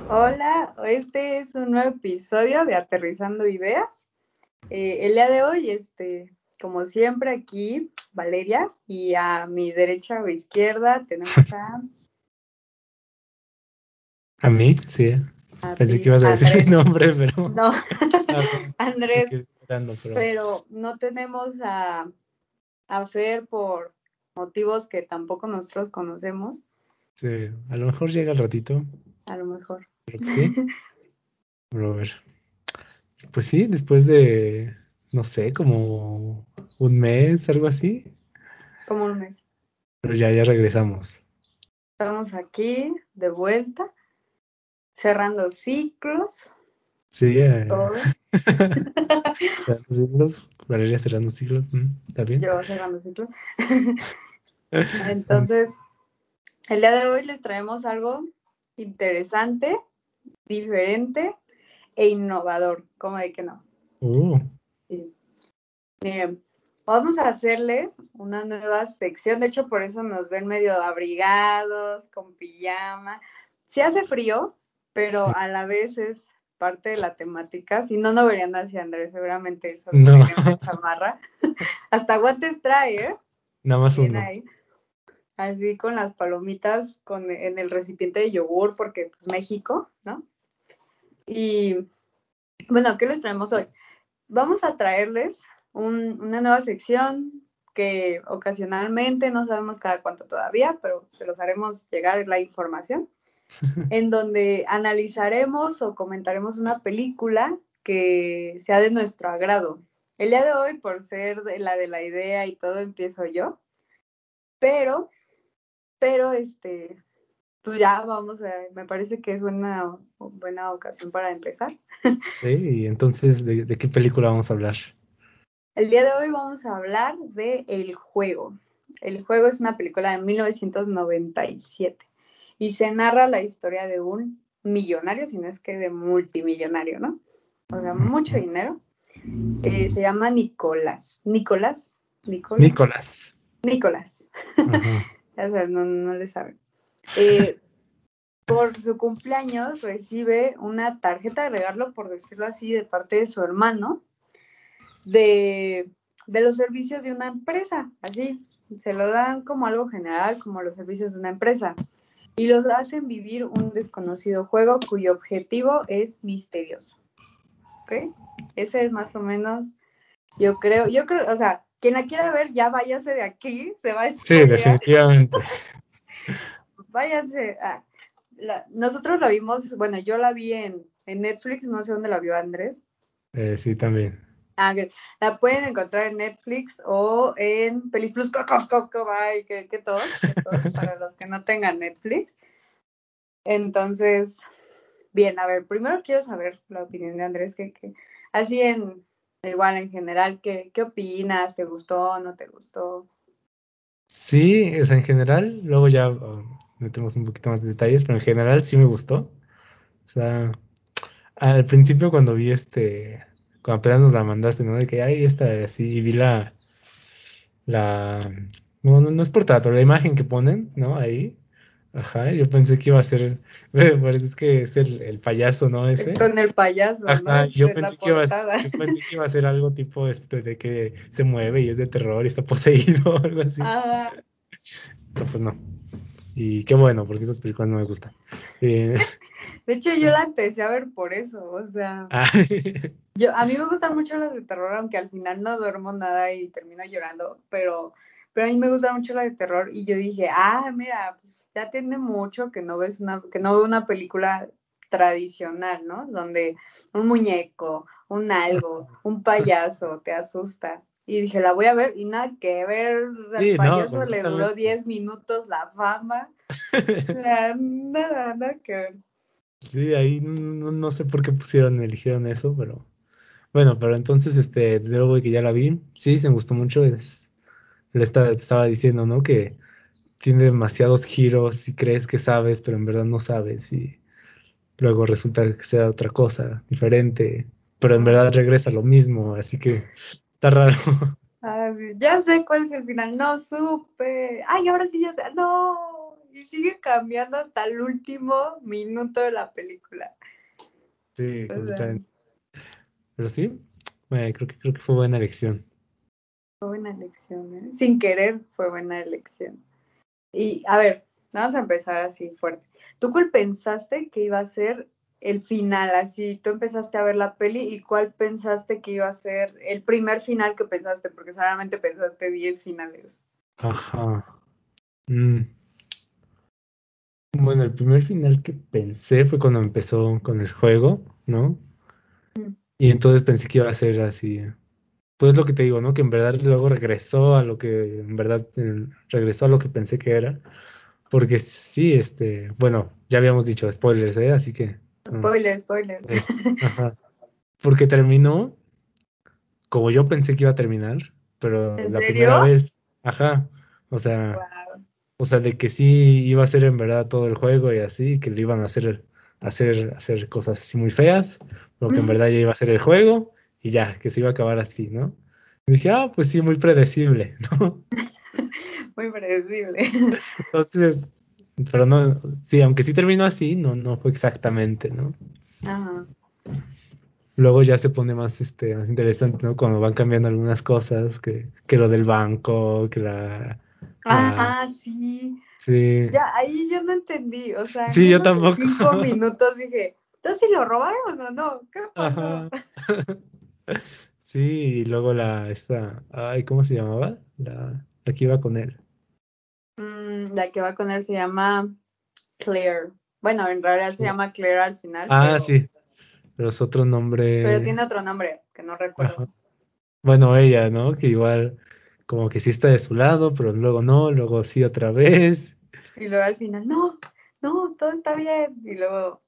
Hola, este es un nuevo episodio de Aterrizando Ideas. El día de hoy, como siempre, aquí Valeria y a mi derecha o izquierda tenemos A mí, sí. a Pensé que ti, ibas a decir mi Andrés. nombre, pero No, no, me Andrés, quedé esperando, pero pero no tenemos a Fer por motivos que tampoco nosotros conocemos, sí, a lo mejor llega el ratito, a lo mejor, creo que sí, pero a ver. Pues sí, después de, no sé, como un mes, algo así, como un mes. pero ya regresamos. Estamos aquí de vuelta, cerrando ciclos, Sí, todo. cerrando siglos, Valeria cerrando siglos, ¿está bien? Yo cerrando ciclos. Entonces, el día de hoy les traemos algo interesante, diferente e innovador. ¿Cómo de que no? Uh, Sí. Miren, vamos a hacerles una nueva sección. De hecho, por eso nos ven medio abrigados, con pijama. Sí hace frío, pero sí, a la vez es parte de la temática. Si no, no verían hacia Andrés. Seguramente solo no, tiene una chamarra. Hasta guantes trae, ¿eh? nada más Bien uno. ahí. Así con las palomitas en el recipiente de yogur, porque pues México, ¿no? Y bueno, ¿qué les traemos hoy? Vamos a traerles una nueva sección que ocasionalmente, no sabemos cada cuánto todavía, pero se los haremos llegar la información, en donde analizaremos o comentaremos una película que sea de nuestro agrado. El día de hoy, por ser de la idea y todo, empiezo yo, pero, pero, pues ya vamos a, me parece que es buena ocasión para empezar. Sí, y entonces, ¿de qué película vamos a hablar? El día de hoy vamos a hablar de El Juego. El Juego es una película de 1997 y se narra la historia de un millonario, si no es que de multimillonario, ¿no? O sea, mucho Ujú. dinero. Se llama Nicolás. Nicolás. Nicolás. Nicolás. Nicolás. Ajá. O sea, no le saben. Eh, por su cumpleaños recibe una tarjeta de regalo, por decirlo así, de parte de su hermano, de, de los servicios de una empresa, así, se lo dan como algo general, como los servicios de una empresa, y los hacen vivir un desconocido juego cuyo objetivo es misterioso, ¿ok? Ese es más o menos, o sea, quien la quiera ver, ya váyase de aquí, se va a Sí, spoilear, definitivamente. váyanse. Nosotros la vimos, bueno, yo la vi en Netflix, no sé dónde la vio Andrés. Sí, también. Que la pueden encontrar en Netflix o en Pelis Plus, que todos, para los que no tengan Netflix. Entonces, bien, a ver, primero quiero saber la opinión de Andrés, así igual en general, ¿qué opinas? ¿Te gustó? ¿No te gustó? Sí, o sea, en general, luego ya metemos un poquito más de detalles, pero en general sí me gustó. O sea, al principio cuando vi cuando apenas nos la mandaste, ¿no? De que, ay, esta, así, y vi la, no es portada, pero la imagen que ponen, ¿no? Ahí, ajá, yo pensé que iba a ser, me parece que es el payaso, ¿no? Ese. Con el payaso, ¿no? Ajá, Es de la portada. yo pensé que iba a ser algo tipo de que se mueve y es de terror y está poseído o algo así. Ah, Pero pues no. Y qué bueno, porque esas películas no me gustan. Eh, de hecho, yo la empecé a ver por eso, o sea, ah, a mí me gustan mucho las de terror, aunque al final no duermo nada y termino llorando, pero a mí me gusta mucho la de terror y yo dije, mira, pues ya tiene mucho que no veo una película tradicional, ¿no? Donde un muñeco, un algo, un payaso te asusta. Y dije, la voy a ver y nada que ver, o sea, al sí, no, payaso le duró completamente. 10 minutos la fama, o sea, nada que ver. Sí, ahí no sé por qué eligieron eso, pero bueno, pero entonces, luego que ya la vi, sí, se me gustó mucho, te estaba diciendo, ¿no? Que tiene demasiados giros y crees que sabes, pero en verdad no sabes y luego resulta que será otra cosa, diferente, pero en verdad regresa a lo mismo, así que está raro. Ya sé cuál es el final, no supe. Ay, ahora sí ya sé. No. y sigue cambiando hasta el último minuto de la película. Sí, O sea, completamente. Pero sí, creo que fue buena elección. fue buena elección, ¿eh? Sin querer fue buena elección. Y a ver, vamos a empezar así fuerte. ¿Tú cuál pensaste que iba a ser el final? Así, tú empezaste a ver la peli y cuál pensaste que iba a ser el primer final que pensaste, porque solamente pensaste 10 finales. Ajá. Mm, Bueno, el primer final que pensé fue cuando empezó con el juego, ¿no? Mm. Y entonces pensé que iba a ser así. Pues lo que te digo, ¿no? Que en verdad luego regresó a lo que, en verdad, regresó a lo que pensé que era. Porque sí, bueno, ya habíamos dicho spoilers, ¿eh? Así que, Spoilers, spoilers. sí, ajá. Porque terminó como yo pensé que iba a terminar, pero ¿En la primera serio? vez, ajá. O sea, Wow. de que sí iba a ser en verdad todo el juego y así, que le iban a hacer cosas así muy feas, pero que en verdad ya iba a ser el juego y ya, que se iba a acabar así, ¿no? Y dije, ah, pues sí, muy predecible, ¿no? Muy predecible. Entonces, pero no, sí, aunque sí terminó así, no fue exactamente, ¿no? Ajá. Luego ya se pone más, más interesante, ¿no? Cuando van cambiando algunas cosas, que lo del banco, la, Ah, sí. sí, Ya, ahí yo no entendí. O sea, en sí, yo esos tampoco. 5 minutos dije, ¿entonces si lo robaron o no? ¿Qué pasó? Ajá. Sí, y luego ay, ¿cómo se llamaba? La que iba con él. La que va con él se llama Claire. Bueno, en realidad se llama Claire al final, Ah, pero, sí, pero es otro pero nombre. tiene otro nombre que no recuerdo. Ajá. Bueno, ella, ¿no? Que igual como que sí está de su lado, pero luego no, luego sí otra vez. Y luego al final, no, no, todo está bien. Y luego,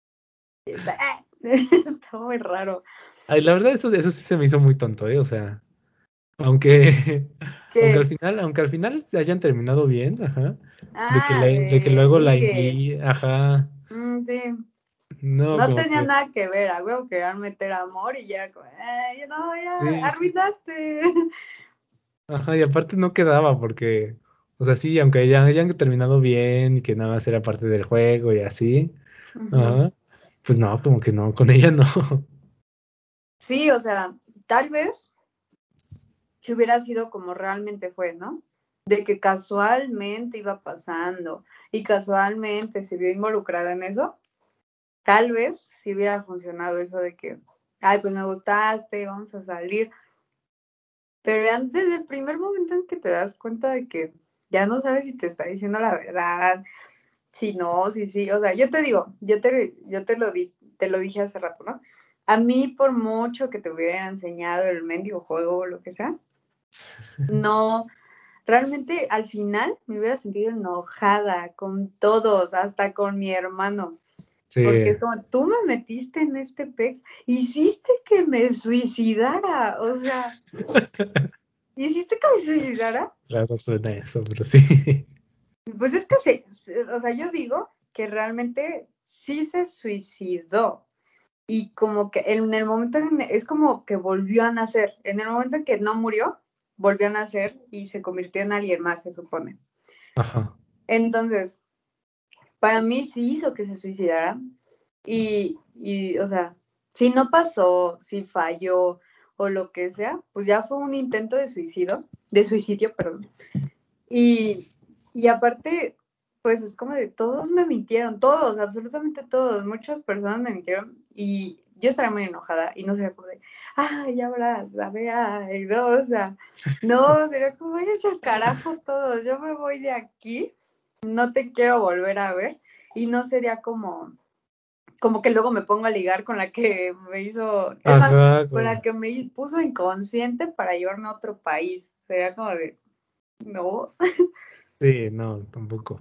está muy raro. Ay, la verdad, eso sí se me hizo muy tonto, ¿eh? O sea, aunque, ¿Qué? aunque al final se hayan terminado bien, ajá, Ah, de que de luego la ligue. envié, ajá, Sí, no, no como tenía que, nada que ver. A huevo querían meter amor y ya, como, no, ya, sí, sí, sí, arruinaste. ajá, y aparte no quedaba porque, o sea, sí, aunque ya hayan terminado bien y que nada más era parte del juego y así, Ujú. ajá, pues no, como que no, con ella no. Sí, o sea, tal vez si hubiera sido como realmente fue, ¿no? De que casualmente iba pasando y casualmente se vio involucrada en eso, tal vez si hubiera funcionado eso de que, ay, pues me gustaste, vamos a salir, pero antes del primer momento en que te das cuenta de que ya no sabes si te está diciendo la verdad, si no, si sí, o sea, yo te digo, te lo dije hace rato, ¿no? A mí, por mucho que te hubiera enseñado el mendigo juego o lo que sea, no, realmente al final me hubiera sentido enojada con todos, hasta con mi hermano, porque Sí, es como, tú me metiste en este pex, hiciste que me suicidara, o sea, hiciste que me suicidara. raro suena eso, pero sí. Pues es que o sea, yo digo que realmente sí se suicidó y como que en el momento es como que volvió a nacer, en el momento en que no murió, volvió a nacer y se convirtió en alguien más, se supone. Ajá, Entonces, para mí sí hizo que se suicidara o sea, si no pasó, si falló o lo que sea, pues ya fue un intento de suicidio, perdón. Y, y aparte, pues es como de todos me mintieron, todos, absolutamente todos, muchas personas me mintieron y yo estaría muy enojada y no sería como de, ay, abrázame, ay, no, o sea, no, sería como, váyanse al carajo todos, yo me voy de aquí, no te quiero volver a ver y no sería como que luego me pongo a ligar con la que me hizo, es más, ajá, con la que me puso inconsciente para llevarme a otro país, sería como de, no. sí, no, tampoco.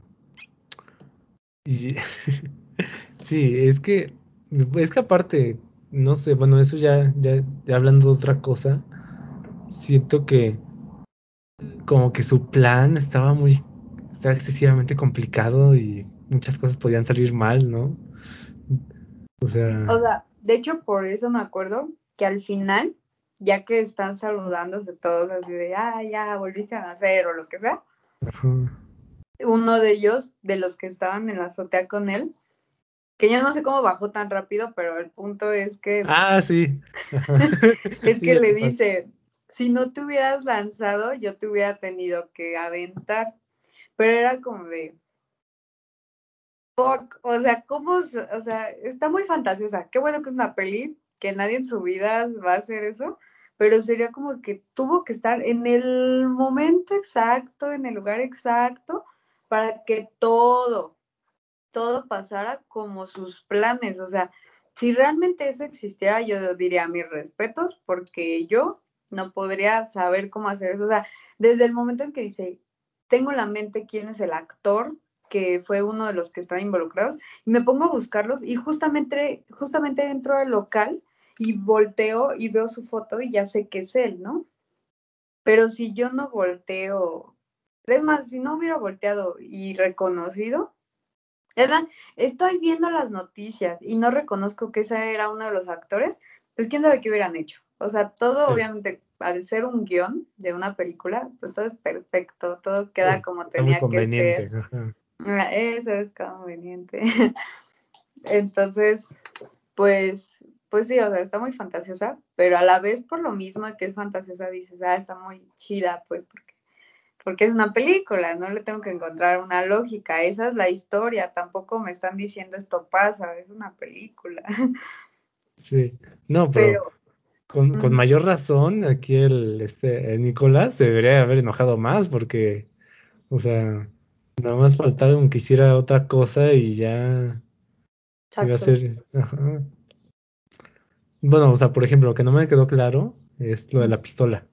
Y, sí, es que aparte, no sé, bueno, eso ya hablando de otra cosa, siento que como que su plan estaba excesivamente complicado y muchas cosas podían salir mal, ¿no? O O sea, sea, de hecho, por eso me acuerdo que al final, ya que están saludándose todos así de, ya volviste a nacer o lo que sea, ajá, uno de ellos, de los que estaban en la azotea con él, que yo no sé cómo bajó tan rápido, pero el punto es que Ah, sí. es Sí, que ya le sé cuál. dice, si no te hubieras lanzado, yo te hubiera tenido que aventar. Pero era como de, fuck, o sea, o sea, está muy fantasiosa. Qué bueno que es una peli, que nadie en su vida va a hacer eso, pero sería como que tuvo que estar en el momento exacto, en el lugar exacto, para que todo pasara como sus planes. O sea, si realmente eso existiera, yo diría mis respetos, porque yo no podría saber cómo hacer eso. O sea, desde el momento en que dice, tengo en la mente quién es el actor que fue uno de los que están involucrados, y me pongo a buscarlos y justamente entro al local y volteo y veo su foto y ya sé que es él, ¿no? Pero si yo no volteo, es más, si no hubiera volteado y reconocido, es más, estoy viendo las noticias y no reconozco que ese era uno de los actores, pues quién sabe qué hubieran hecho. O sea, todo Sí, obviamente, al ser un guión de una película, pues todo es perfecto, todo queda sí. como Está muy tenía que conveniente. ser. Ajá. Eso es conveniente. Entonces, pues sí, o sea, está muy fantasiosa, pero a la vez por lo mismo que es fantasiosa dices, está muy chida, pues porque es una película, no le tengo que encontrar una lógica, esa es la historia, tampoco me están diciendo esto pasa, es una película. Sí. No, pero Pero, con mm, mayor razón, aquí el Nicolás se debería haber enojado más porque, o sea, nada más faltaba que hiciera otra cosa y ya iba a exacto. ser. Ajá. Bueno, o sea, por ejemplo, lo que no me quedó claro es lo de Mm. la pistola.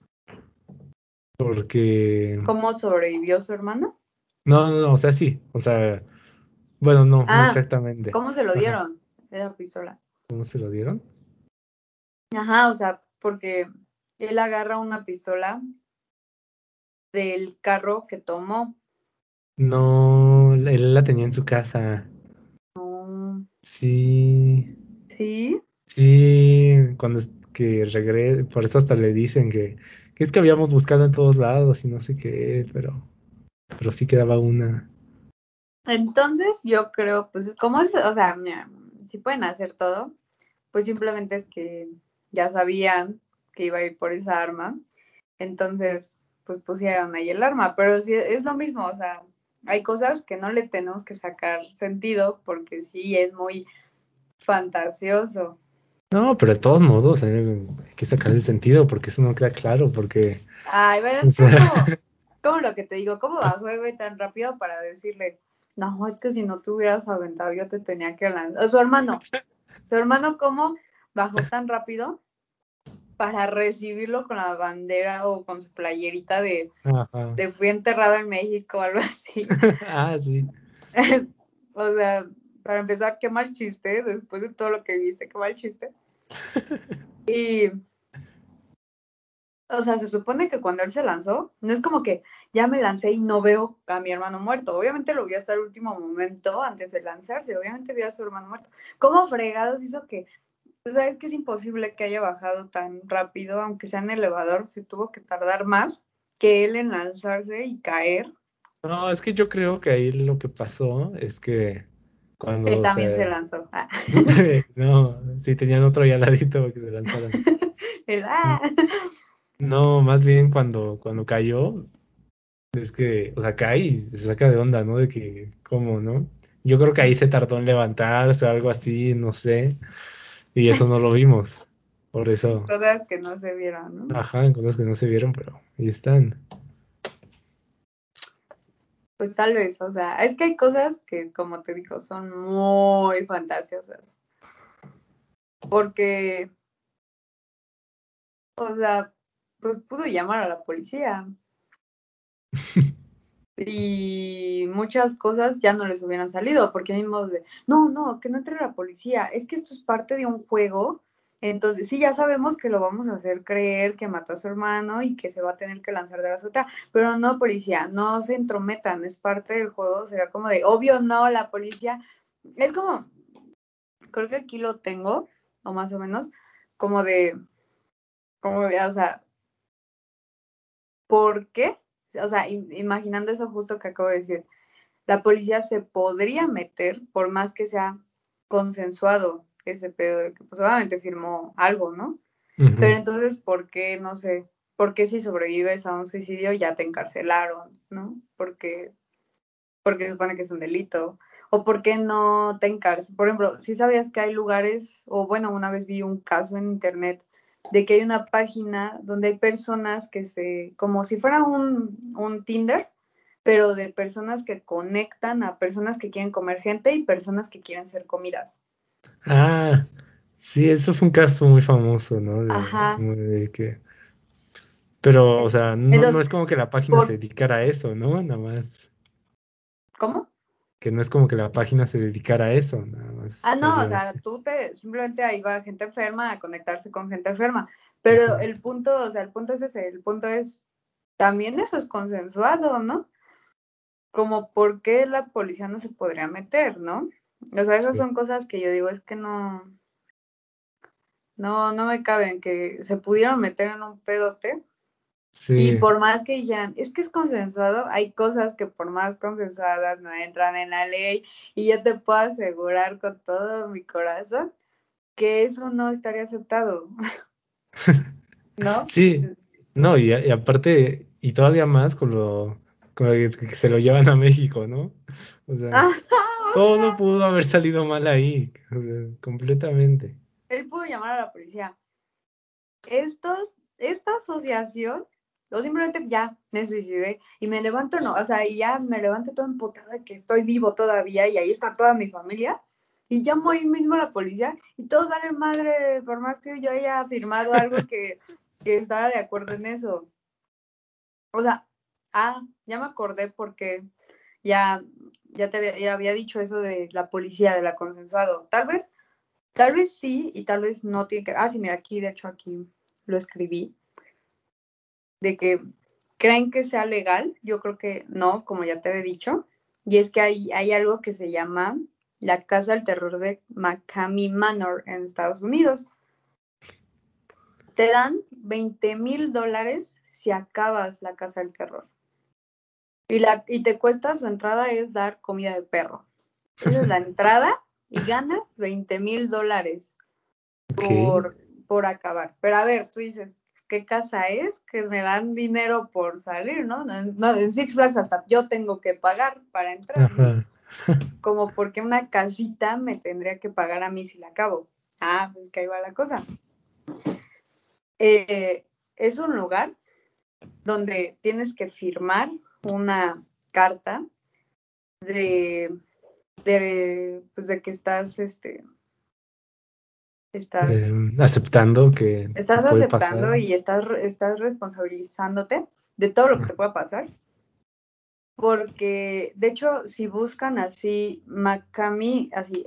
Porque. ¿Cómo sobrevivió su hermano? No, no, no, o sea, sí. O sea, bueno, no, no Ah, exactamente. ¿cómo se lo Ajá. dieron? Esa pistola. ¿Cómo se lo dieron? Ajá, o sea, porque él agarra una pistola del carro que tomó. No, él la tenía en su casa. No, Sí, ¿sí? sí, cuando que regrese, por eso hasta le dicen que es que habíamos buscado en todos lados y no sé qué, pero sí quedaba una. Entonces yo creo, pues como es, o sea, mira, si pueden hacer todo, pues simplemente es que ya sabían que iba a ir por esa arma, entonces pues pusieron ahí el arma, pero sí es lo mismo, o sea, hay cosas que no le tenemos que sacar sentido porque sí es muy fantasioso. No, pero de todos modos, hay que sacar el sentido porque eso no queda claro, porque, Ay, pero o es que sea, es como lo que te digo, ¿cómo bajó el güey tan rápido para decirle, no, es que si no te hubieras aventado yo te tenía que lanzar? O su hermano, ¿cómo bajó tan rápido para recibirlo con la bandera o con su playerita ajá. de fui enterrado en México o algo así? Ah, sí. O sea, para empezar, qué mal chiste, después de todo lo que viste, qué mal chiste. Y, o sea, se supone que cuando él se lanzó, no es como que ya me lancé y no veo a mi hermano muerto. Obviamente lo vi hasta el último momento antes de lanzarse, obviamente vi a su hermano muerto. ¿Cómo fregados hizo que, o sea, es que es imposible que haya bajado tan rápido, aunque sea en elevador, se tuvo que tardar más que él en lanzarse y caer? No, es que yo creo que ahí lo que pasó es que Él cuando también se se... lanzó. No, sí tenían otro ya al ladito para que se lanzaran. Él, No, más bien cuando cayó, es que, o sea, cae y se saca de onda, ¿no? De que, ¿cómo, no? Yo creo que ahí se tardó en levantarse o algo así, no sé, y eso no lo vimos. Por eso, cosas que no se vieron, ¿no? ajá, cosas que no se vieron, pero ahí están. Pues tal vez, o sea, es que hay cosas que, como te digo, son muy fantasiosas. Porque, o sea, pues pudo llamar a la policía y muchas cosas ya no les hubieran salido, porque mismo de, no, no, que no entre la policía, es que esto es parte de un juego, entonces sí, ya sabemos que lo vamos a hacer creer que mató a su hermano y que se va a tener que lanzar de la azotea, pero no, policía, no se entrometan, es parte del juego, será como de, obvio no, la policía, es como, creo que aquí lo tengo, o más o menos, como de, o sea, ¿por qué? o sea, imaginando eso justo que acabo de decir, la policía se podría meter por más que sea consensuado ese pedo de que pues obviamente firmó algo, ¿no? Pero entonces, ¿por qué, no sé, por qué si sobrevives a un suicidio ya te encarcelaron, ¿no? Porque se supone que es un delito. O por qué no te encarcelan. Por ejemplo, si sabías que hay lugares, o bueno, una vez vi un caso en internet de que hay una página donde hay personas que como si fuera un Tinder, pero de personas que conectan a personas que quieren comer gente y personas que quieren ser comidas. Ah, sí, eso fue un caso muy famoso, ¿no? Ajá. De que... Pero, o sea, no Entonces, es como que la página se por, dedicara a eso, ¿no? Nada más. ¿cómo? Que no es como que la página se dedicara a eso, nada más Ah, no, o salió sea, así. simplemente ahí va gente enferma a conectarse con gente enferma. Pero Ajá. el punto, o sea, el punto es ese, el punto es, también eso es consensuado, ¿no? Como por qué la policía no se podría meter, ¿no? O sea, esas Sí. son cosas que yo digo, es que no me caben, que se pudieron meter en un pedote. Y Sí, por más que dijeran, es que es consensuado, hay cosas que por más consensuadas no entran en la ley. Y yo te puedo asegurar con todo mi corazón que eso no estaría aceptado, ¿no? sí, no, y aparte, y todavía más con lo que se lo llevan a México, ¿no? O sea, Ajá, o todo sea, pudo haber salido mal ahí, o sea, completamente. él pudo llamar a la policía. Esta asociación, o simplemente ya me suicidé y me levanto, no, o sea, y ya me levanto toda emputada de que estoy vivo todavía y ahí está toda mi familia. Y llamo ahí mismo a la policía y todos valen madre, por más que yo haya firmado algo que estaba de acuerdo en eso. O sea, ya me acordé porque ya, ya había dicho eso de la policía, de la consensuado. Tal vez sí y tal vez no tiene que. Ah, sí, mira, aquí, de hecho, aquí lo escribí, de que creen que sea legal. Yo creo que no, como ya te había dicho. Y es que hay algo que se llama la Casa del Terror de McCamey Manor en Estados Unidos. Te dan $20,000 si acabas la Casa del Terror. Y te cuesta, su entrada es dar comida de perro. Esa es la entrada y ganas $20,000 Ok, por acabar. Pero a ver, tú dices, ¿qué casa es? Que me dan dinero por salir, ¿no? No, en Six Flags hasta yo tengo que pagar para entrar, ¿no? ajá, Como porque una casita me tendría que pagar a mí si la acabo. Ah, pues que ahí va la cosa. Es un lugar donde tienes que firmar una carta de, pues de que estás aceptando que estás puede pasar. aceptando y estás responsabilizándote de todo lo que Ah, te pueda pasar, porque de hecho si buscan así Macami, así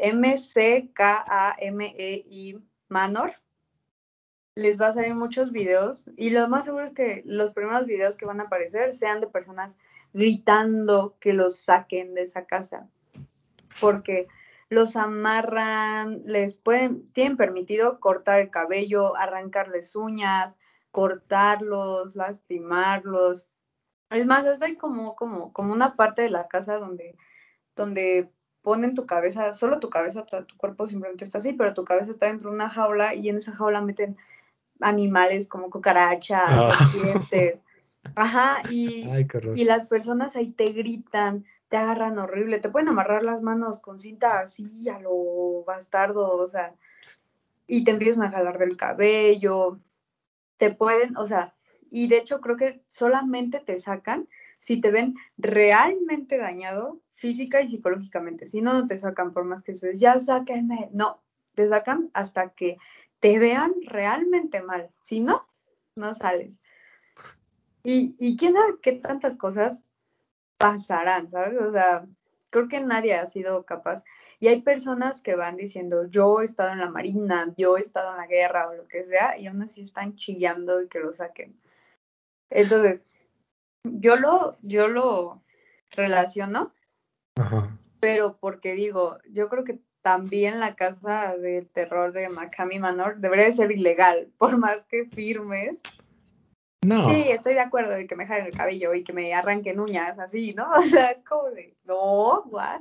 Mckamei Manor, les va a salir muchos videos y lo más seguro es que los primeros videos que van a aparecer sean de personas gritando que los saquen de esa casa, porque los amarran, tienen permitido cortar el cabello, arrancarles uñas, cortarlos, lastimarlos. Es más, hasta hay como una parte de la casa donde ponen tu cabeza, solo tu cabeza, tu cuerpo simplemente está así, pero tu cabeza está dentro de una jaula y en esa jaula meten animales como cucarachas, ah, serpientes. Ajá, y, ay, qué horror. y las personas ahí te gritan, te agarran horrible, te pueden amarrar las manos con cinta así a lo bastardo, o sea, y te empiezan a jalar del cabello, te pueden, o sea, y de hecho creo que solamente te sacan si te ven realmente dañado física y psicológicamente, si no, no te sacan por más que se, ya sáquenme, no, te sacan hasta que te vean realmente mal, si no, no sales. Y quién sabe qué tantas cosas pasarán, ¿sabes? O sea, creo que nadie ha sido capaz. Y hay personas que van diciendo, yo he estado en la marina, yo he estado en la guerra o lo que sea, y aún así están chillando y que lo saquen. Entonces, yo lo relaciono, Ajá. pero porque digo, yo creo que también la casa del terror de Macami Manor debería de ser ilegal, por más que firmes. No. Sí, estoy de acuerdo y que me jalen el cabello y que me arranquen uñas, así, ¿no? O sea, es como de, no, what,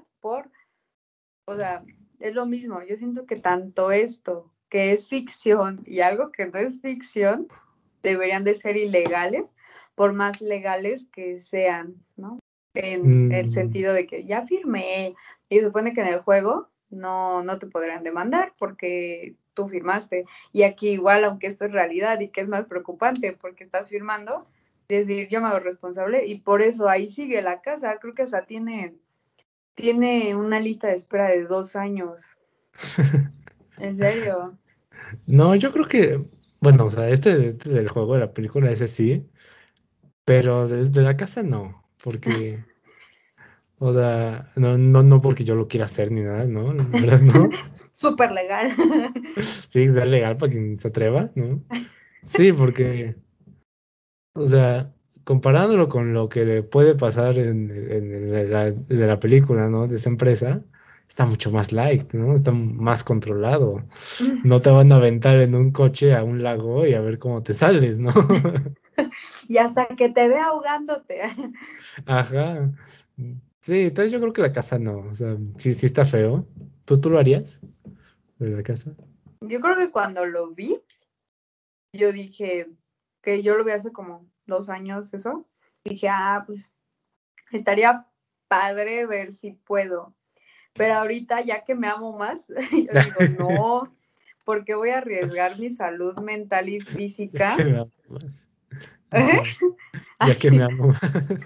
o sea, es lo mismo. Yo siento que tanto esto que es ficción y algo que no es ficción deberían de ser ilegales, por más legales que sean, ¿no? En el Mm, sentido de que ya firmé y se supone que en el juego no te podrán demandar porque tú firmaste. Y aquí igual, aunque esto es realidad y que es más preocupante porque estás firmando, es decir, yo me hago responsable y por eso ahí sigue la casa. Creo que hasta tiene una lista de espera de 2 años. ¿En serio? no, yo creo que, bueno, o sea, este del juego de la película, ese sí, pero desde la casa no, porque, o sea, no porque yo lo quiera hacer ni nada, ¿no? La verdad no. Súper legal. Sí, es legal para quien se atreva, ¿no? Sí, porque, o sea, comparándolo con lo que le puede pasar de la película, ¿no? De esa empresa, está mucho más light, ¿no? Está más controlado. No te van a aventar en un coche a un lago y a ver cómo te sales, ¿no? Y hasta que te ve ahogándote. Ajá. Sí, entonces yo creo que la casa no, o sea, sí, sí está feo. ¿Tú lo harías? ¿De la casa? Yo creo que cuando lo vi, yo dije que yo lo vi hace como 2 años, eso. Dije, pues estaría padre ver si puedo. Pero ahorita, ya que me amo más, yo digo, no, porque voy a arriesgar mi salud mental y Ya que física. me amo más. ¿Eh? Ajá. Ya que me Así, amo más.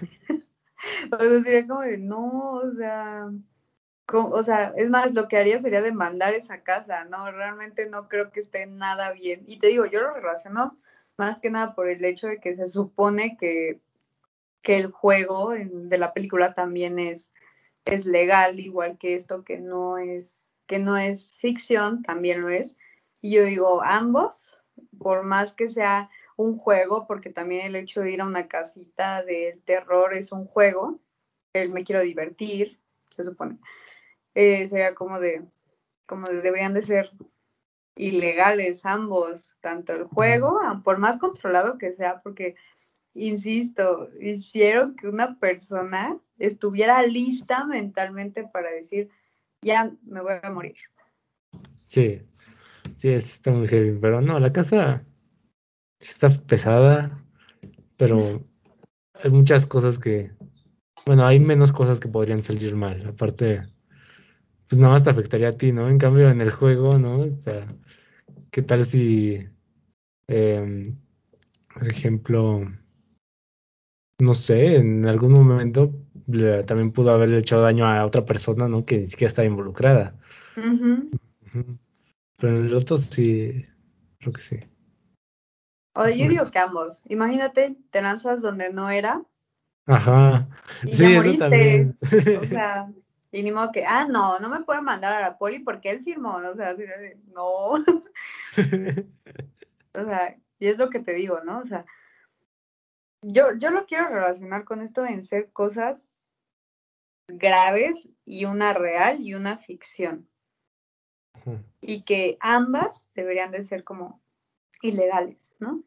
o sea, sería como de, no, o sea, o sea, es más, lo que haría sería demandar esa casa, ¿no? Realmente no creo que esté nada bien. Y te digo, yo lo relaciono más que nada por el hecho de que se supone que el juego de la película también es legal, igual que esto que no es ficción, también lo es. Y yo digo, ambos, por más que sea un juego, porque también el hecho de ir a una casita del terror es un juego, el me quiero divertir, se supone, sería como de deberían de ser ilegales ambos, tanto el Mm. juego, por más controlado que sea, porque insisto, hicieron que una persona estuviera lista mentalmente para decir, ya me voy a morir. Sí, sí, está muy heavy, pero no, la casa sí está pesada, pero hay muchas cosas que, bueno, hay menos cosas que podrían salir mal. Aparte, pues nada más te afectaría a ti, ¿no? En cambio, en el juego, ¿no? ¿Qué tal si, em, por ejemplo, no sé, en algún momento también pudo haberle hecho daño a otra persona, ¿no? Que ni siquiera está involucrada. Ujú. Ujú. Pero en el otro sí, creo que sí, O más o yo digo menos. que ambos. Imagínate, te lanzas donde no era Ajá, y ya sí, eso moriste. también. O sea, y ni modo que, no me pueden mandar a la poli porque él firmó, ¿no? O sea, así de, no. O sea, y es lo que te digo, ¿no? O sea, yo lo quiero relacionar con esto en ser cosas graves y una real y una ficción. Y que ambas deberían de ser como ilegales, ¿no?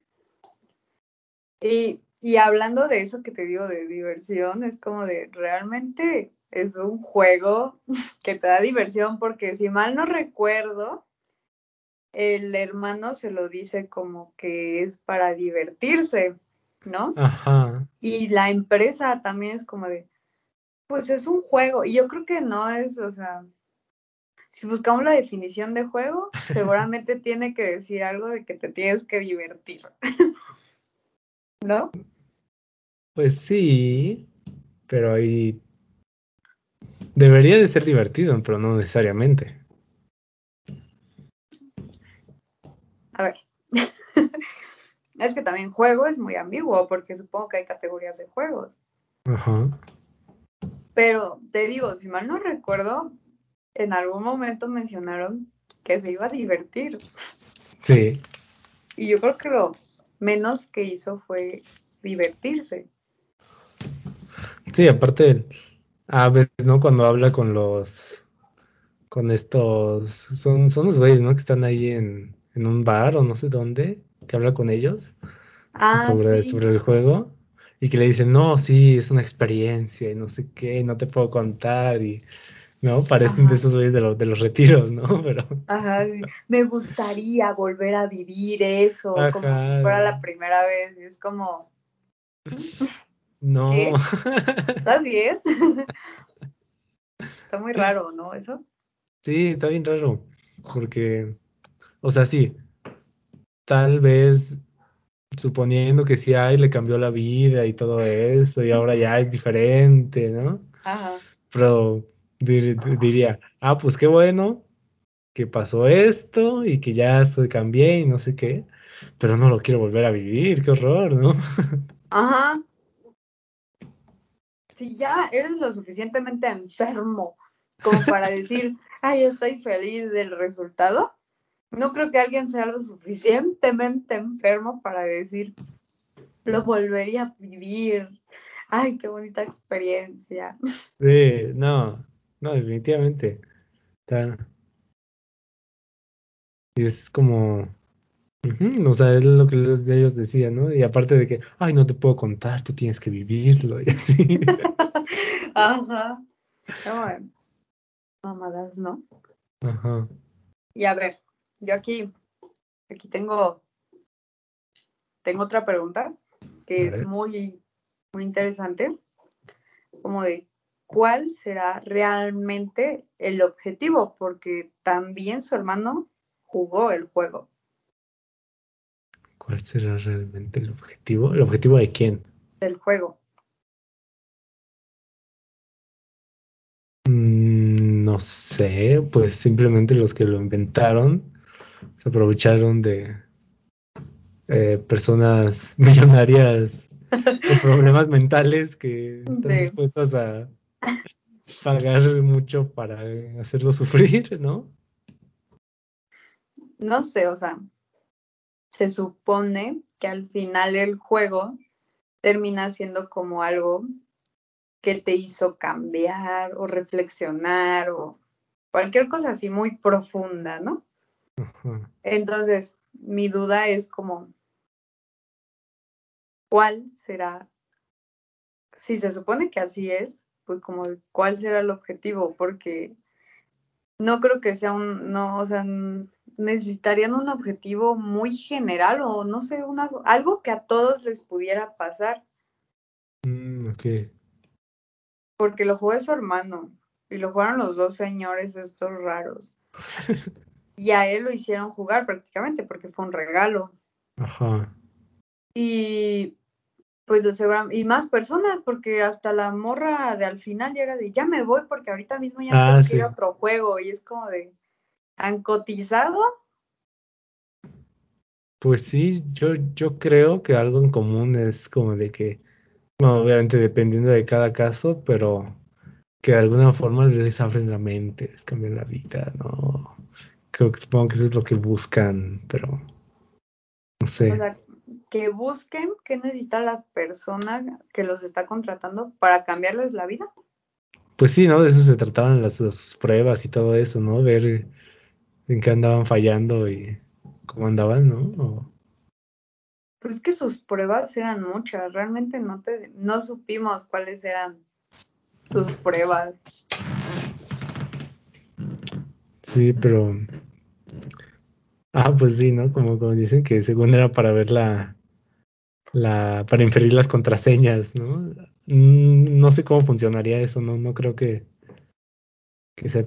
Y hablando de eso que te digo de diversión, es como de realmente es un juego que te da diversión porque si mal no recuerdo, el hermano se lo dice como que es para divertirse, ¿no? Ajá. Y la empresa también es como de, pues es un juego. Y yo creo que no es, o sea, si buscamos la definición de juego, seguramente tiene que decir algo de que te tienes que divertir, ¿no? Pues sí, pero ahí debería de ser divertido, pero no necesariamente. A ver, es que también juego es muy ambiguo porque supongo que hay categorías de juegos. Ajá. Pero te digo, si mal no recuerdo, en algún momento mencionaron que se iba a divertir. Sí, Y yo creo que lo menos que hizo fue divertirse. sí, aparte, a veces, ¿no? Cuando habla con estos, son los güeyes, ¿no? Que están ahí en un bar o no sé dónde, que habla con ellos. Ah, sobre sí. el juego y que le dicen, no, sí, es una experiencia y no sé qué, no te puedo contar y, ¿no? Parecen de Ajá. esos güeyes de los retiros, ¿no? Pero, Ajá, sí. Me gustaría volver a vivir eso, como si ajá, fuera la primera vez. Y es como, no. ¿qué? ¿Estás bien? Está muy raro, ¿no? Eso. Sí, está bien raro, porque, o sea, sí, tal vez suponiendo que sí, ay, le cambió la vida y todo eso y ahora ya es diferente, ¿no? Ajá. Pero diría, ah, pues qué bueno que pasó esto y que ya se cambié y no sé qué, pero no lo quiero volver a vivir, qué horror, ¿no? Ajá. Si ya eres lo suficientemente enfermo como para decir, ay, estoy feliz del resultado, no creo que alguien sea lo suficientemente enfermo para decir, lo volvería a vivir. Ay, qué bonita experiencia. Sí, no, no, definitivamente. Es como, ujú, o sea, es lo que ellos decían, ¿no? Y aparte de que, ay, no te puedo contar, tú tienes que vivirlo y así. Ajá. No, mamadas, ¿no? Ajá, Y a ver, yo aquí tengo otra pregunta a que es ver. muy interesante, como de cuál será realmente el objetivo, porque también su hermano jugó el juego ¿Cuál será realmente el objetivo? ¿El objetivo de quién? del juego. No sé, pues simplemente los que lo inventaron se aprovecharon de personas millonarias con problemas mentales que están De, dispuestas a pagar mucho para hacerlo sufrir, ¿no? no sé, o sea, se supone que al final el juego termina siendo como algo que te hizo cambiar o reflexionar o cualquier cosa así muy profunda, ¿no? Ajá. Entonces, mi duda es como, ¿cuál será? Si se supone que así es, pues como, ¿cuál será el objetivo? Porque no creo que sea no, o sea, necesitarían un objetivo muy general o no sé, algo que a todos les pudiera pasar, Ok. porque lo jugó su hermano y lo jugaron los dos señores estos raros. Y a él lo hicieron jugar prácticamente porque fue un regalo. Ajá. Y pues y más personas, porque hasta la morra de al final llega de ya me voy porque ahorita mismo ya me Ah, tengo que ir a sí. otro juego y es como de ¿han cotizado? Pues sí, yo creo que algo en común es como de que, bueno, obviamente dependiendo de cada caso, pero que de alguna forma les abren la mente, les cambian la vida, ¿no? Creo que supongo que eso es lo que buscan, pero no O sé. sea, que busquen qué necesita la persona que los está contratando para cambiarles la vida. Pues sí, ¿no? De eso se trataban sus pruebas y todo eso, ¿no? Ver en qué andaban fallando y cómo andaban, ¿no? Pues que sus pruebas eran muchas, realmente no supimos cuáles eran sus pruebas. Sí, pero, pues sí, ¿no? Como dicen que según era para ver para inferir las contraseñas, ¿no? No sé cómo funcionaría eso, ¿no? No creo que sea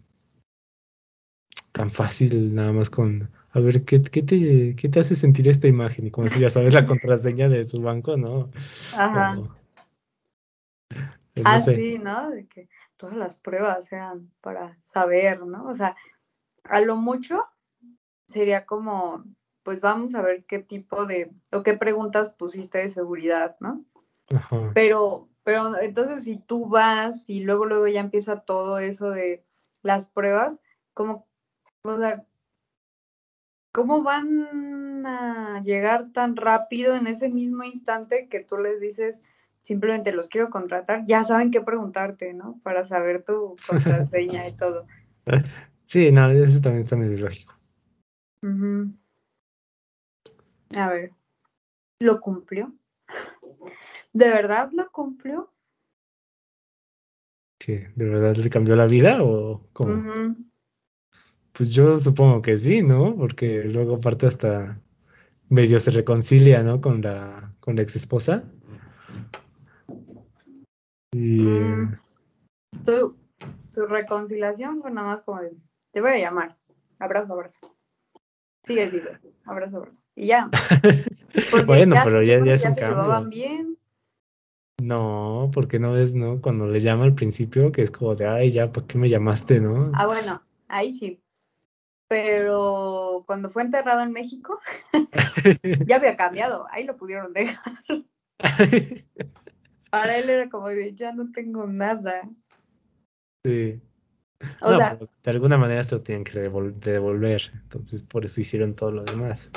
tan fácil nada más con, a ver, qué te hace sentir esta imagen? Y como eso ya sabes la contraseña de su banco, ¿no? Ajá. O, no Ah, sé. sí, ¿no? De que todas las pruebas eran para saber, ¿no? O sea, a lo mucho sería como, pues vamos a ver qué tipo o qué preguntas pusiste de seguridad, ¿no? Ajá. Pero entonces si tú vas y luego ya empieza todo eso de las pruebas, como, o sea, ¿cómo van a llegar tan rápido en ese mismo instante que tú les dices, simplemente los quiero contratar? Ya saben qué preguntarte, ¿no? Para saber tu contraseña y todo. Sí, no, eso también está medio lógico. Ujú. A ver. lo cumplió. ¿De verdad lo cumplió? ¿Que de verdad le cambió la vida o cómo? Ujú. Pues yo supongo que sí, ¿no? Porque luego aparte hasta medio se reconcilia, ¿no? Con la ex esposa. Y Mm, su, su reconciliación fue nada más como de, te voy a llamar, abrazo, abrazo, sigues vivo, abrazo, abrazo. Y ya, porque bueno, ya pero se ya, ya supone que es ya un se llevaban cambio. bien. No, porque no ves, ¿no? Cuando le llama al principio, que es como de, ay, ya, ¿para qué me llamaste, no? Ah, bueno, ahí sí. Pero cuando fue enterrado en México, ya había cambiado, ahí lo pudieron dejar. Para él era como de, ya no tengo nada. Sí. O No, sea, pero de alguna manera se lo tienen que devolver. Entonces, por eso hicieron todo lo demás.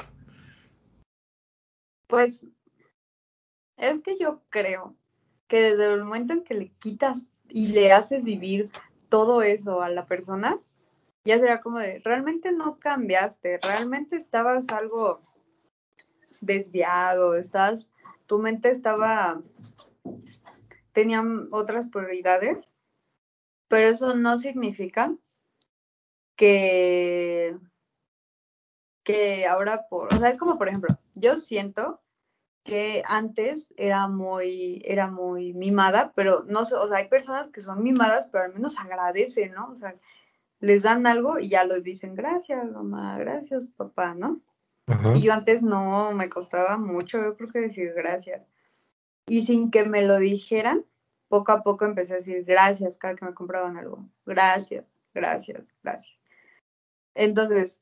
pues es que yo creo que desde el momento en que le quitas y le haces vivir todo eso a la persona, ya será como de, realmente no cambiaste, realmente estabas algo desviado, tu mente tenía otras prioridades, pero eso no significa que, que ahora o sea, es como por ejemplo, yo siento que antes era muy mimada, pero no sé, o sea, hay personas que son mimadas, pero al menos agradecen, ¿no? O sea, les dan algo y ya les dicen, gracias, mamá, gracias, papá, ¿no? Y Ajá. yo antes no, me costaba mucho, yo creo que decir gracias. Y sin que me lo dijeran, poco a poco empecé a decir gracias cada que me compraban algo. Gracias, gracias, gracias. Entonces,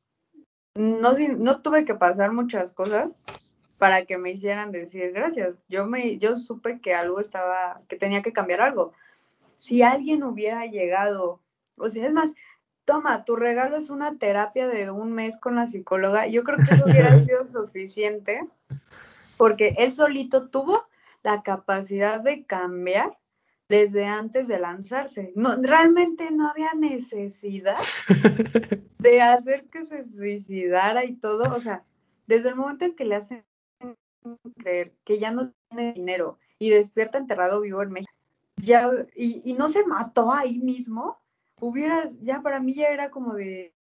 no tuve que pasar muchas cosas para que me hicieran decir gracias. Yo supe que que tenía que cambiar algo. Si alguien hubiera llegado, o sea, es más, toma, tu regalo es una terapia de un mes con la psicóloga, yo creo que eso hubiera sido suficiente, porque él solito tuvo la capacidad de cambiar desde antes de lanzarse. No, realmente no había necesidad de hacer que se suicidara y todo, o sea, desde el momento en que le hacen creer que ya no tiene dinero y despierta enterrado vivo en México, ya, y no se mató ahí mismo, ya para mí ya era como de,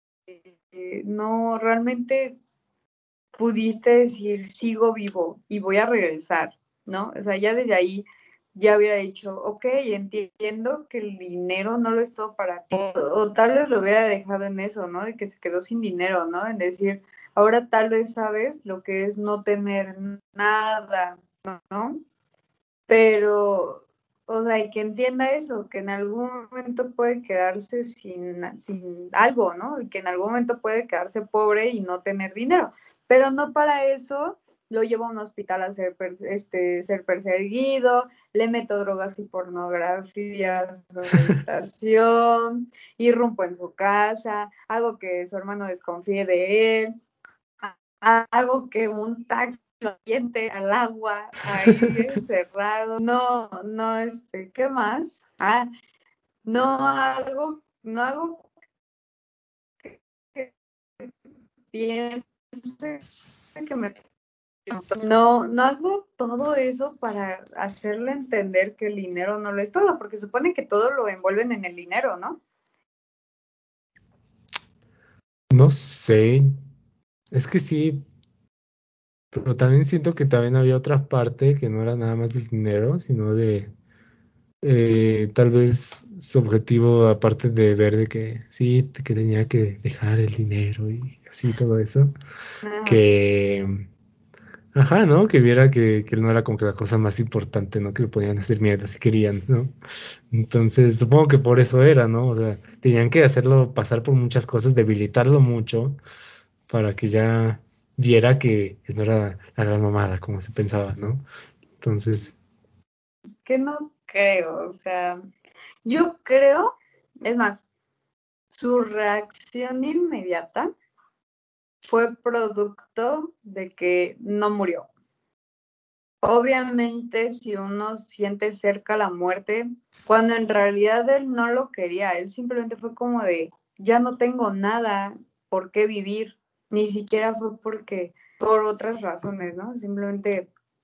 no, realmente pudiste decir, sigo vivo y voy a regresar, ¿no? O sea, ya desde ahí ya hubiera dicho, ok, entiendo que el dinero no lo es todo para ti, o tal vez lo hubiera dejado en eso, ¿no? De que se quedó sin dinero, ¿no? En decir, ahora tal vez sabes lo que es no tener nada, ¿no? Pero, o sea, y que entienda eso, que en algún momento puede quedarse sin algo, ¿no? Y que en algún momento puede quedarse pobre y no tener dinero, pero no para eso lo llevo a un hospital a ser perseguido, le meto drogas y pornografía a su habitación, irrumpo en su casa, hago que su hermano desconfíe de él, hago que un taxi lo aviente al agua ahí encerrado. No, no, ¿qué más? No hago que piense que me... No hago todo eso para hacerle entender que el dinero no lo es todo, porque supone que todo lo envuelven en el dinero, ¿no? No sé. Es que sí, pero también siento que también había otra parte que no era nada más del dinero, sino de tal vez su objetivo, aparte de ver de que sí, que tenía que dejar el dinero y así todo eso, Ajá. que, ajá, ¿no? Que viera que él no era como que la cosa más importante, ¿no? Que le podían hacer mierda si querían, ¿no? Entonces, supongo que por eso era, ¿no? O sea, tenían que hacerlo pasar por muchas cosas, debilitarlo mucho para que ya viera que no era la gran mamada como se pensaba, ¿no? Entonces, Que no creo, o sea, yo creo, es más, su reacción inmediata fue producto de que no murió. Obviamente, si uno siente cerca la muerte, cuando en realidad él no lo quería, él simplemente fue como de, ya no tengo nada por qué vivir, ni siquiera fue por otras razones, ¿no? Simplemente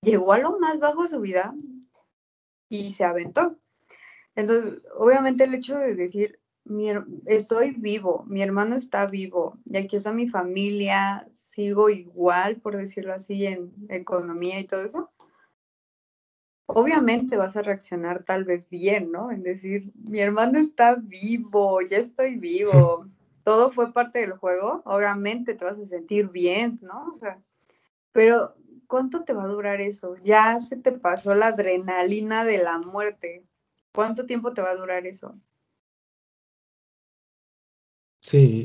llegó a lo más bajo de su vida y se aventó. Entonces, obviamente el hecho de decir, estoy vivo, mi hermano está vivo, y aquí está mi familia, sigo igual, por decirlo así, en economía y todo eso, obviamente vas a reaccionar tal vez bien, ¿no? En decir, mi hermano está vivo, ya estoy vivo, todo fue parte del juego, obviamente te vas a sentir bien, ¿no? O sea, pero ¿cuánto te va a durar eso? Ya se te pasó la adrenalina de la muerte. ¿Cuánto tiempo te va a durar eso? Sí,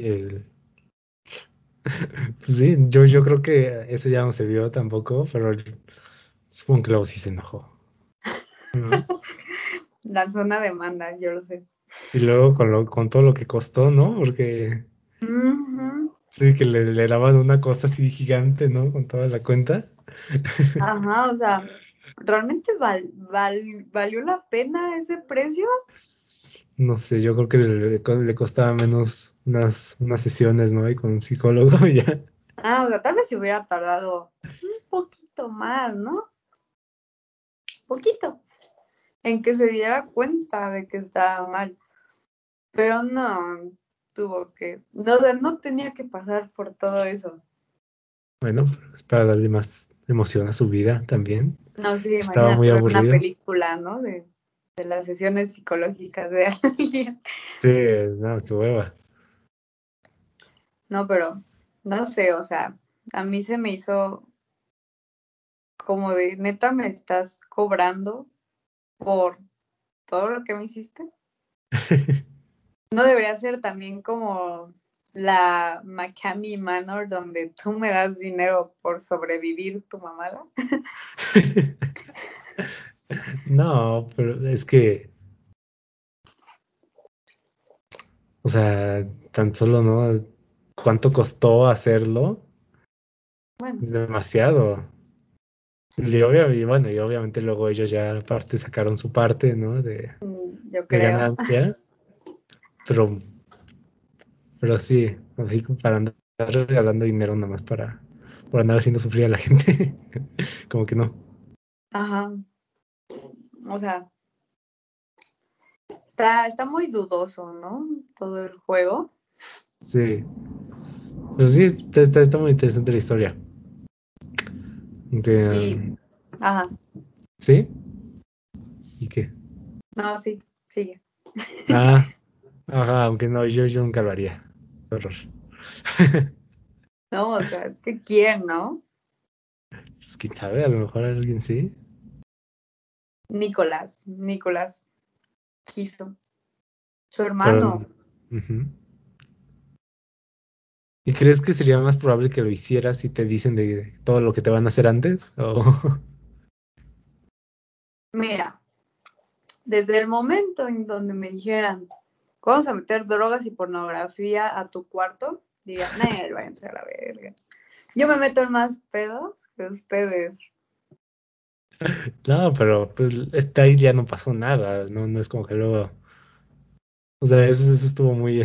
pues sí, yo creo que eso ya no se vio tampoco, pero supongo que luego sí se enojó, ¿no? Lanzó una demanda, yo lo sé. Y luego con todo lo que costó, ¿no? Porque Ujú. sí, que le daban una cosa así gigante, ¿no? Con toda la cuenta. Ajá, o sea, ¿realmente valió la pena ese precio? No sé, yo creo que le costaba menos unas sesiones, ¿no? Y con un psicólogo y ya. Ah, o sea, tal vez se hubiera tardado un poquito más, ¿no? Poquito, en que se diera cuenta de que estaba mal. Pero no, tuvo que, no, no tenía que pasar por todo eso. Bueno, es para darle más emoción a su vida también. No sé, Estaba imagínate muy ver una aburrido. película, ¿no? De las sesiones psicológicas de alguien. Sí, no, qué hueva. No, pero no sé, o sea, a mí se me hizo como de, neta, me estás cobrando por todo lo que me hiciste. No debería ser también como la McCamey Manor, donde tú me das dinero por sobrevivir tu mamada. No, pero es que, o sea, tan solo, ¿no? ¿Cuánto costó hacerlo? Bueno, Es sí, demasiado. Y bueno, y obviamente luego ellos ya aparte sacaron su parte, ¿no? yo De creo. ganancia, pero, pero sí, así como para andar regalando dinero nada más por andar haciendo sufrir a la gente, como que no. Ajá, o sea, está muy dudoso, ¿no? Todo el juego. Sí, pero sí, está muy interesante la historia. Aunque, Y, ajá, ¿sí? ¿Y qué? no, sí, sigue. Ah, ajá, aunque no, yo nunca lo haría. Qué horror. No, o sea, es que quién, ¿no? Pues quién sabe, a lo mejor alguien sí. Nicolás quiso. Su Pero, hermano. ujú. ¿Y crees que sería más probable que lo hicieras si te dicen de todo lo que te van a hacer antes? O Mira, desde el momento en donde me dijeran, vamos a meter drogas y pornografía a tu cuarto, diría, no, váyanse a la verga. Yo me meto en más pedo que ustedes. no, pero pues está ahí ya no pasó nada, no, no es como que luego, o sea, eso estuvo muy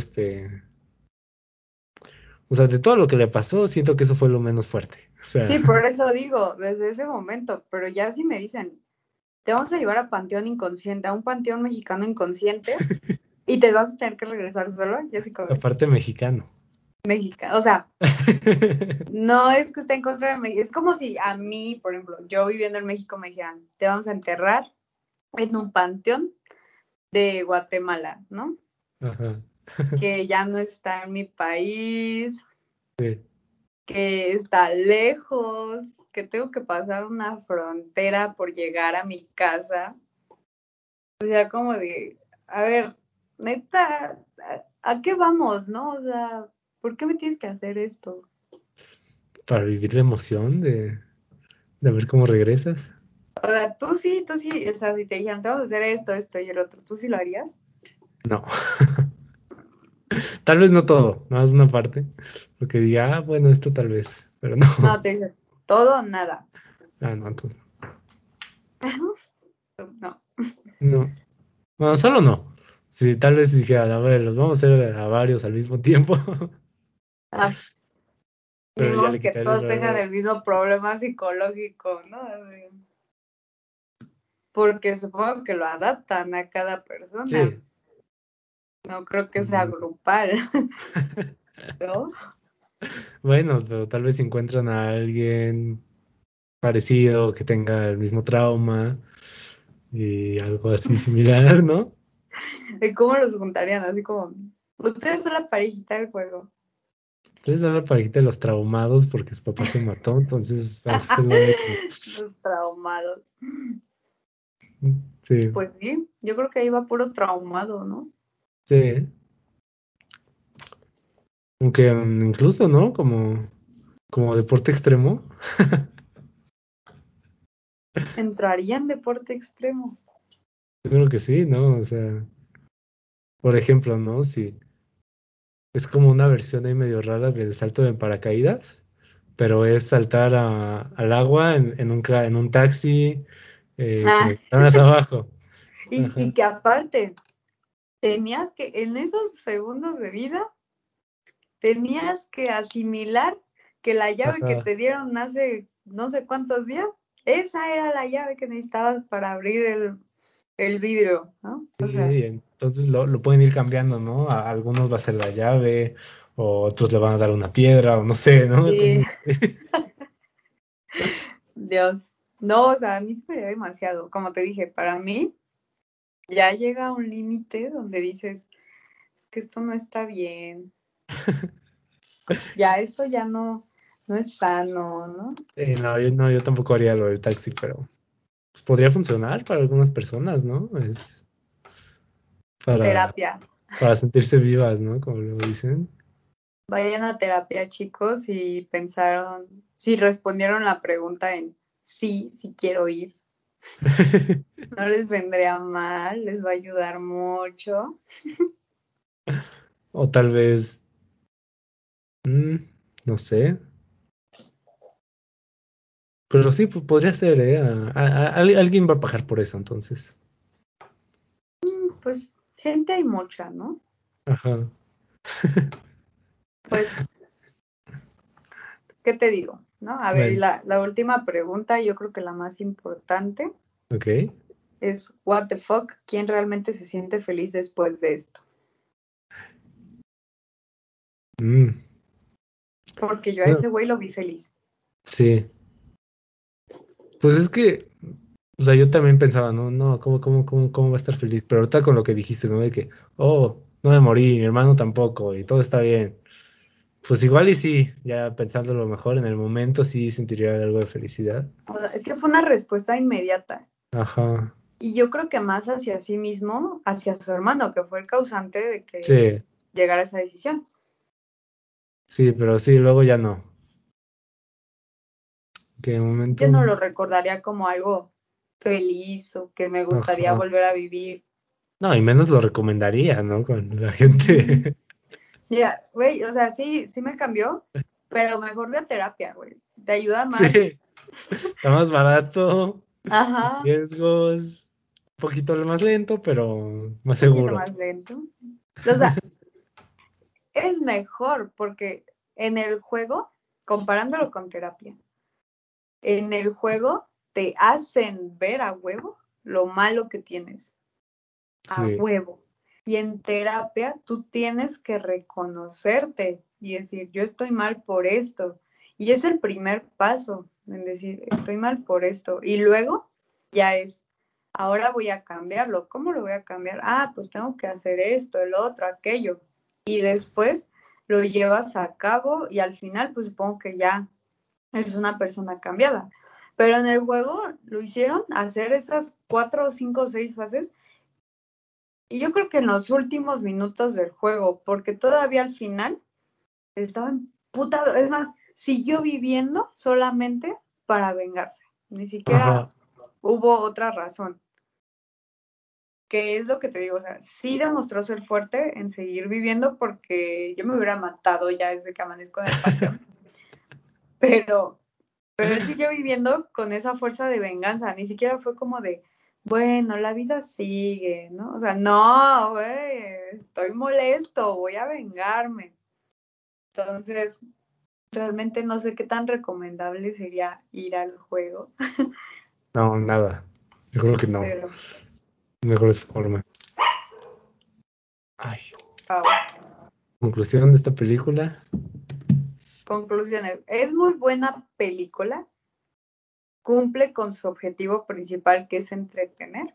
o sea, de todo lo que le pasó, siento que eso fue lo menos fuerte. O Sí, sea, por eso digo, desde ese momento, pero ya si me dicen, te vamos a llevar a Panteón Inconsciente, a un panteón mexicano inconsciente, y te vas a tener que regresar solo, yo sí como de, aparte mexicano. mexicano, o sea, no es que esté en contra de México, es como si a mí, por ejemplo, yo viviendo en México me dijeran, te vamos a enterrar en un panteón de Guatemala, ¿no? Ajá, Que ya no está en mi país, sí. que está lejos, que tengo que pasar una frontera por llegar a mi casa. O sea, como de, a ver, neta, ¿a qué vamos, no? O sea, ¿por qué me tienes que hacer esto? Para vivir la emoción de ver cómo regresas. O sea, tú sí, o sea, si te dijeran, te vamos a hacer esto, esto y el otro, ¿tú sí lo harías? No. Tal vez no todo, nada más una parte. Porque diga, bueno, esto tal vez, pero no. No, te dicen, todo o nada. Ah, no, entonces No. no. Bueno, solo no. Si tal vez dijera, a ver, los vamos a hacer a varios al mismo tiempo. Ay, pero ya Digamos le que quitaron todos tengan luego. el mismo problema psicológico, ¿no? Porque supongo que lo adaptan a cada persona. Sí. No creo que sea Mm. grupal, ¿no? Bueno, pero tal vez si encuentran a alguien parecido que tenga el mismo trauma y algo así similar, ¿no? ¿Y cómo los juntarían? Así como, ustedes son la parejita del juego. Entonces son la parejita de los traumados porque su papá se mató, entonces va a ser lo mismo. Los traumados. Sí, Pues sí, yo creo que ahí va puro traumado, ¿no? sí. Aunque incluso, ¿no? Como deporte extremo. Entraría en deporte extremo. Yo creo que sí, ¿no? O sea, por ejemplo, ¿no? Si es como una versión ahí medio rara del salto en paracaídas, pero es saltar al agua en un taxi con Ah, las ventanas abajo. y Ajá, que aparte, tenías que, en esos segundos de vida, tenías que asimilar que la llave que ajá. te dieron hace no sé cuántos días, esa era la llave que necesitabas para abrir el vidrio, ¿no? Sí, O sea, y entonces lo pueden ir cambiando, ¿no? A algunos va a ser la llave, o otros le van a dar una piedra, o no sé, ¿no? y Cosas así. Dios, no, o sea, a mí se me dio demasiado. Como te dije, para mí ya llega un límite donde dices, es que esto no está bien, ya esto ya no es sano, ¿no? No, yo tampoco haría lo del taxi, pero pues, podría funcionar para algunas personas, ¿no? Es para, Terapia. para sentirse vivas, ¿no? Como lo dicen. Vayan a terapia, chicos, y pensaron, si respondieron la pregunta en sí, sí quiero ir, no les vendría mal, les va a ayudar mucho. O tal vez, mm, no sé. Pero sí, podría ser, ¿eh? Alguien va a pagar por eso, entonces. Pues gente hay mucha, ¿no? Ajá, Pues, ¿qué te digo? ¿No? A ver, y bueno, la última pregunta, yo creo que la más importante ok. es, what the fuck, ¿quién realmente se siente feliz después de esto? Mm, Porque yo a no, ese güey lo vi feliz. sí. Pues es que, o sea, yo también pensaba, no, no, ¿cómo va a estar feliz? Pero ahorita con lo que dijiste, ¿no? De que, oh, no me morí, mi hermano tampoco, y todo está bien. Pues igual y sí, ya pensándolo mejor, en el momento sí sentiría algo de felicidad. O sea, es que fue una respuesta inmediata. Ajá, Y yo creo que más hacia sí mismo, hacia su hermano, que fue el causante de que sí, llegara a esa decisión. sí, pero sí, luego ya no. Que de Yo no momento, lo recordaría como algo feliz o que me gustaría ajá. volver a vivir. No, y menos lo recomendaría, ¿no? Con la Mm. gente. Mira, güey, o sea, sí, sí me cambió, pero mejor de terapia, güey. Te ayuda más. Sí, está más barato, sin Ajá, riesgos, un poquito más lento, pero más un poquito seguro. más lento. O sea, es mejor porque en el juego, comparándolo con terapia, en el juego te hacen ver a huevo lo malo que tienes, a Sí, huevo. Y en terapia tú tienes que reconocerte y decir, yo estoy mal por esto. Y es el primer paso en decir, estoy mal por esto. Y luego ya es, ahora voy a cambiarlo. ¿Cómo lo voy a cambiar? Ah, pues tengo que hacer esto, el otro, aquello. Y después lo llevas a cabo y al final, pues supongo que ya es una persona cambiada. Pero en el juego lo hicieron hacer esas 4, 5, 6 fases y yo creo que en los últimos minutos del juego, porque todavía al final estaba emputado. Es más, siguió viviendo solamente para vengarse. Ni siquiera ajá, hubo otra razón. Que es lo que te digo, o sea, sí demostró ser fuerte en seguir viviendo porque yo me hubiera matado ya desde que amanezco en el panteón. Pero él siguió viviendo con esa fuerza de venganza, ni siquiera fue como de, bueno, la vida sigue, ¿no? O sea, no, güey, estoy molesto, voy a vengarme. Entonces, realmente no sé qué tan recomendable sería ir al juego, No, nada. Yo creo que no. pero Mejor es forma. Ay, wow. conclusión de esta película. Conclusiones. Es muy buena película, cumple con su objetivo principal que es entretener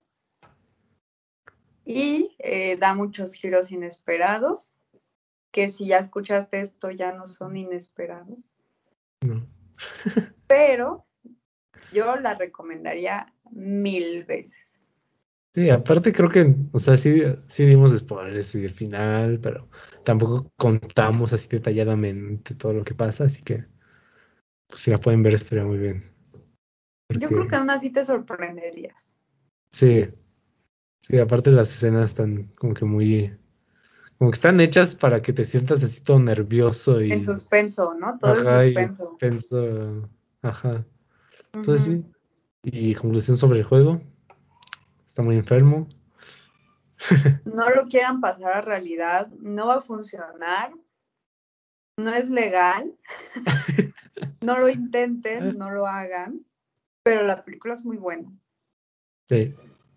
y da muchos giros inesperados, que si ya escuchaste esto ya no son inesperados, No. pero yo la recomendaría 1000 veces. Sí, aparte creo que, o sea, sí dimos spoilers y el final, pero tampoco contamos así detalladamente todo lo que pasa, así que pues, si la pueden ver estaría muy bien. Yo creo que Porque aún así te sorprenderías. sí, sí, aparte las escenas están como que están hechas para que te sientas así todo nervioso En y, suspenso, ¿no? Todo es ajá, y suspenso. suspenso, ajá. Entonces Ujú. sí, y conclusión sobre el juego, está muy enfermo. No lo quieran pasar a realidad, no va a funcionar, no es legal, no lo intenten, no lo hagan, pero la película es muy buena. Sí.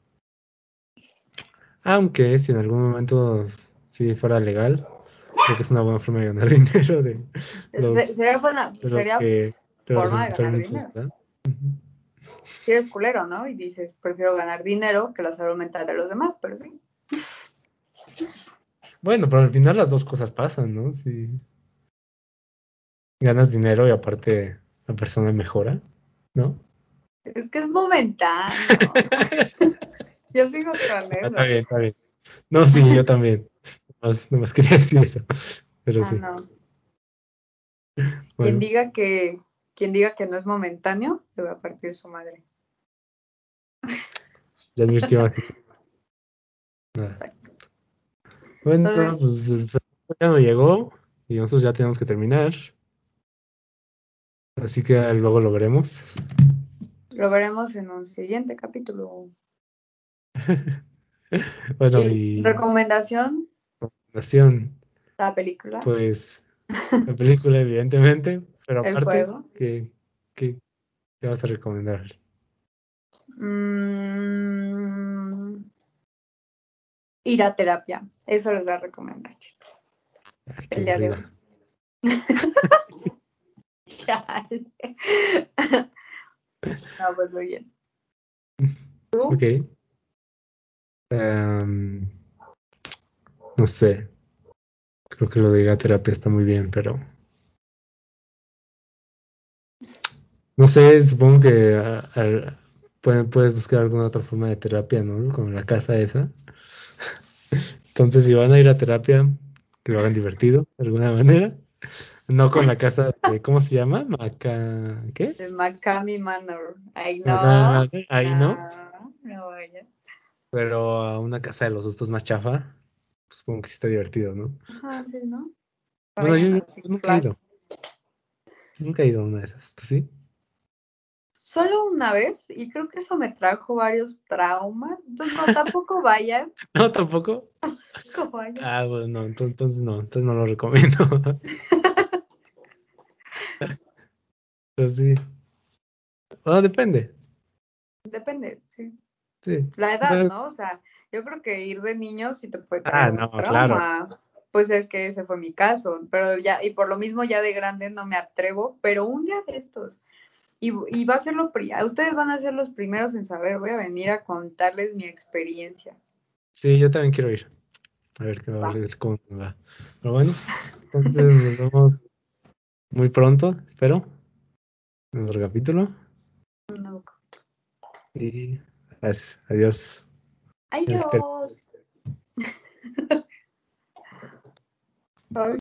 Aunque si en algún momento si fuera legal, creo que es una buena forma de ganar dinero los, Sería, buena, de los sería que, de los forma de ganar enfermitos, dinero. ¿verdad? Ujú. Si eres culero, ¿no? Y dices, prefiero ganar dinero que la salud mental de los demás, pero sí. Bueno, pero al final las dos cosas pasan, ¿no? Si ganas dinero y aparte la persona mejora, ¿no? Es que es momentáneo. Yo sigo con Ah, está eso. bien, está bien. No, sí, yo también. Nomás quería decir eso, pero Ah, sí. no. Quien Bueno, diga que, quien diga que no es momentáneo, le voy a partir su madre. ya advirtió, así que nada. Exacto. Bueno, Entonces, pues el ya no llegó y nosotros ya tenemos que terminar, así que luego lo veremos. lo veremos en un siguiente capítulo. Bueno, Y y recomendación, nación, la película, pues la película, evidentemente, pero el aparte, juego. ¿qué te vas a recomendar? Mm, ir a terapia. Eso les voy a recomendar, chicos, Ay, qué el día de hoy. aburrida. Chale. No, pues muy bien. ¿Tú? Ok. em, no sé, creo que lo de ir a terapia está muy bien, pero no sé, supongo que puedes buscar alguna otra forma de terapia, ¿no? Como la casa esa. Entonces, si van a ir a terapia, que lo hagan divertido, de alguna manera. No con la casa de, ¿cómo se llama? ¿Qué? De Macami Manor. Ay, no. Acá, ahí no, No, no vaya. pero a una casa de los sustos más chafa, pues supongo que sí está divertido, ¿no? Ajá, sí, ¿no? Bueno, Vayan yo a Six nunca he ido, Flags. nunca he ido a una de esas. ¿Tú sí? Solo una vez, y creo que eso me trajo varios traumas. Entonces, no, tampoco vayan. No, tampoco. Tampoco vayan. Ah, bueno, no, entonces no lo recomiendo. Pero sí. Bueno, depende. Depende, sí. Sí. La edad, Bueno, ¿no? O sea, yo creo que ir de niño sí te puede traer ah, un no, claro. trauma. Pues es que ese fue mi caso, pero ya, y por lo mismo ya de grande no me atrevo, pero un día de estos, y va a ser ustedes van a ser los primeros en saber, voy a venir a contarles mi experiencia. Sí, yo también quiero ir. A Va, ver cómo me va. Pero bueno, entonces nos vemos muy pronto, espero, en otro capítulo. no. Y gracias. Adiós. Adiós. Ay,